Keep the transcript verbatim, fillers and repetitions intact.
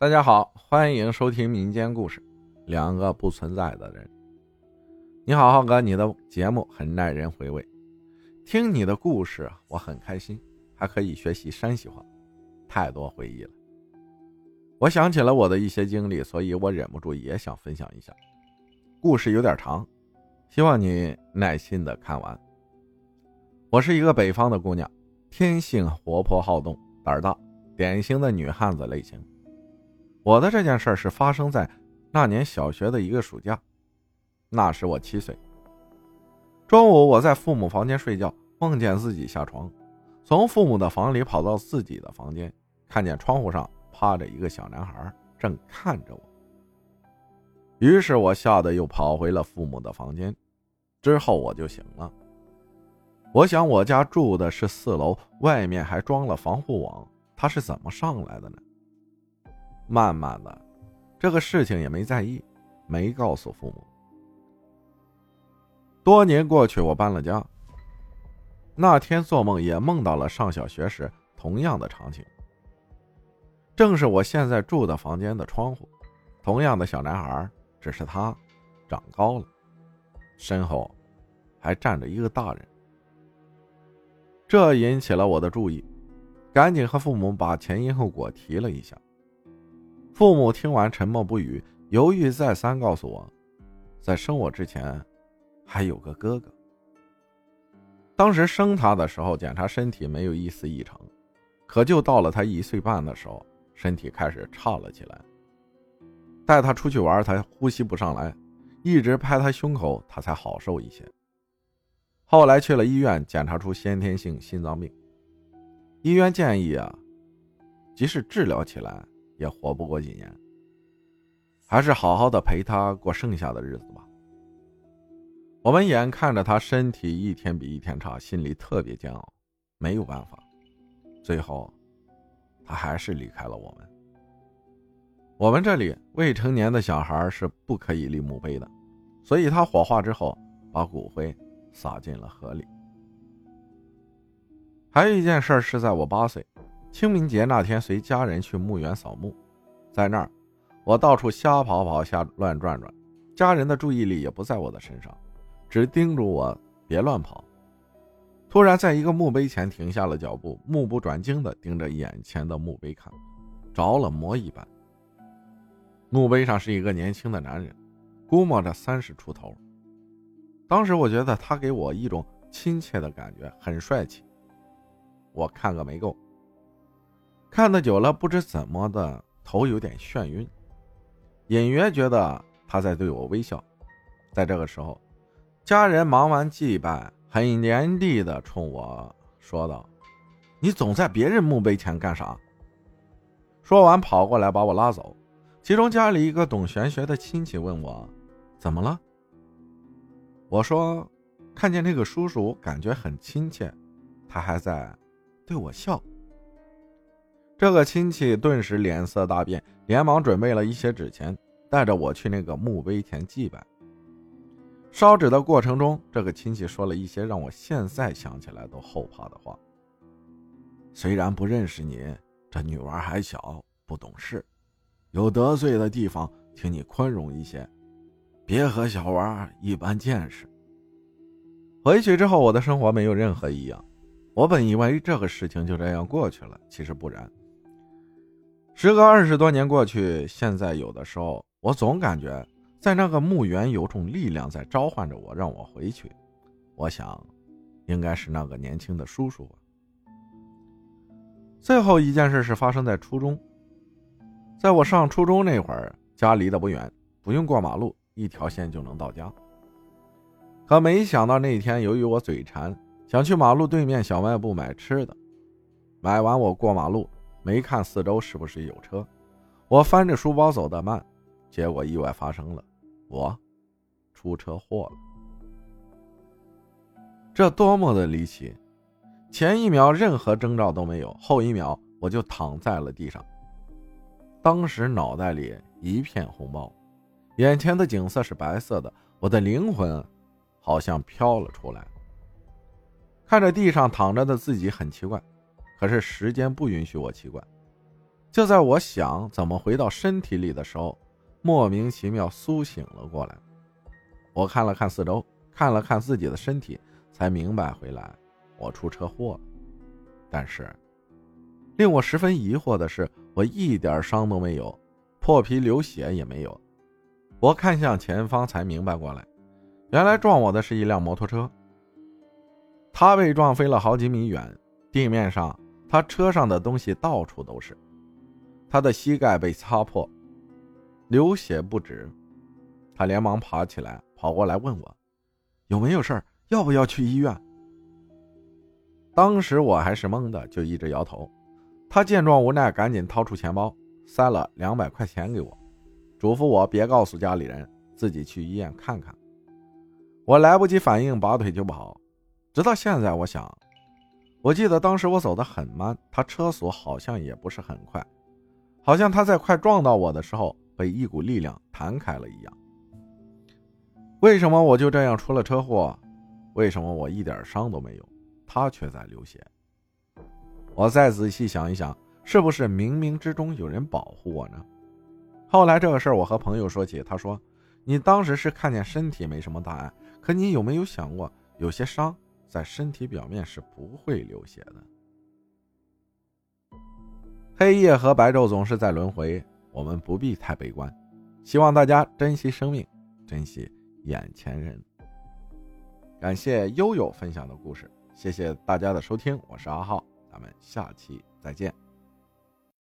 大家好，欢迎收听民间故事，两个不存在的人。你好，浩哥，你的节目很耐人回味，听你的故事我很开心，还可以学习山西话，太多回忆了。我想起了我的一些经历，所以我忍不住也想分享一下。故事有点长，希望你耐心的看完。我是一个北方的姑娘，天性活泼好动，胆儿大，典型的女汉子类型。我的这件事是发生在那年小学的一个暑假，那时我七岁。中午我在父母房间睡觉，梦见自己下床，从父母的房里跑到自己的房间，看见窗户上趴着一个小男孩，正看着我。于是我吓得又跑回了父母的房间，之后我就醒了。我想我家住的是四楼，外面还装了防护网，他是怎么上来的呢？慢慢的，这个事情也没在意，没告诉父母。多年过去，我搬了家。那天做梦也梦到了上小学时同样的场景，正是我现在住的房间的窗户，同样的小男孩，只是他长高了，身后还站着一个大人。这引起了我的注意，赶紧和父母把前因后果提了一下。父母听完沉默不语，犹豫再三告诉我，在生我之前还有个哥哥。当时生他的时候检查身体没有一丝异常，可就到了他一岁半的时候，身体开始差了起来。带他出去玩，他呼吸不上来，一直拍他胸口，他才好受一些。后来去了医院，检查出先天性心脏病。医院建议啊，即使治疗起来也活不过几年，还是好好的陪他过剩下的日子吧。我们眼看着他身体一天比一天差，心里特别煎熬，没有办法，最后他还是离开了我们。我们这里未成年的小孩是不可以立墓碑的，所以他火化之后把骨灰撒进了河里。还有一件事是在我八岁清明节那天，随家人去墓园扫墓，在那儿我到处瞎跑跑瞎乱转转，家人的注意力也不在我的身上，只叮嘱我别乱跑。突然在一个墓碑前停下了脚步，目不转睛地盯着眼前的墓碑看，着了魔一般。墓碑上是一个年轻的男人，估摸着三十出头。当时我觉得他给我一种亲切的感觉，很帅气。我看个没够，看得久了，不知怎么的头有点眩晕，隐约觉得他在对我微笑。在这个时候，家人忙完祭拜，很严厉地冲我说道：“你总在别人墓碑前干啥？”说完跑过来把我拉走。其中家里一个懂玄学的亲戚问我怎么了，我说看见那个叔叔感觉很亲切，他还在对我笑。这个亲戚顿时脸色大变，连忙准备了一些纸钱，带着我去那个墓碑前祭拜。烧纸的过程中，这个亲戚说了一些让我现在想起来都后怕的话。虽然不认识你，这女娃还小不懂事，有得罪的地方请你宽容一些，别和小娃一般见识。回去之后我的生活没有任何异样，我本以为这个事情就这样过去了，其实不然。时隔二十多年过去，现在有的时候我总感觉在那个墓园有种力量在召唤着我，让我回去。我想应该是那个年轻的叔叔吧。最后一件事是发生在初中。在我上初中那会儿，家离得不远，不用过马路，一条线就能到家。可没想到那天由于我嘴馋，想去马路对面小卖部买吃的。买完我过马路，没看四周是不是有车，我翻着书包走得慢，结果意外发生了，我出车祸了。这多么的离奇，前一秒任何征兆都没有，后一秒我就躺在了地上。当时脑袋里一片红包，眼前的景色是白色的，我的灵魂好像飘了出来。看着地上躺着的自己很奇怪，可是时间不允许我奇怪。 就在我想怎么回到身体里的时候，莫名其妙苏醒了过来。我看了看四周，看了看自己的身体，才明白回来我出车祸了。但是令我十分疑惑的是，我一点伤都没有，破皮流血也没有。我看向前方才明白过来，原来撞我的是一辆摩托车。它被撞飞了好几米远，地面上他车上的东西到处都是。他的膝盖被擦破，流血不止。他连忙爬起来跑过来问我有没有事儿，要不要去医院。当时我还是懵的，就一直摇头。他见状无奈，赶紧掏出钱包塞了两百块钱给我，嘱咐我别告诉家里人，自己去医院看看。我来不及反应，拔腿就跑。直到现在我想，我记得当时我走得很慢，他车速好像也不是很快，好像他在快撞到我的时候被一股力量弹开了一样。为什么我就这样出了车祸？为什么我一点伤都没有，他却在流血？我再仔细想一想，是不是冥冥之中有人保护我呢？后来这个事儿我和朋友说起，他说你当时是看见身体没什么大碍，可你有没有想过，有些伤在身体表面是不会流血的。黑夜和白昼总是在轮回，我们不必太悲观，希望大家珍惜生命，珍惜眼前人。感谢悠悠分享的故事，谢谢大家的收听，我是阿浩，咱们下期再见。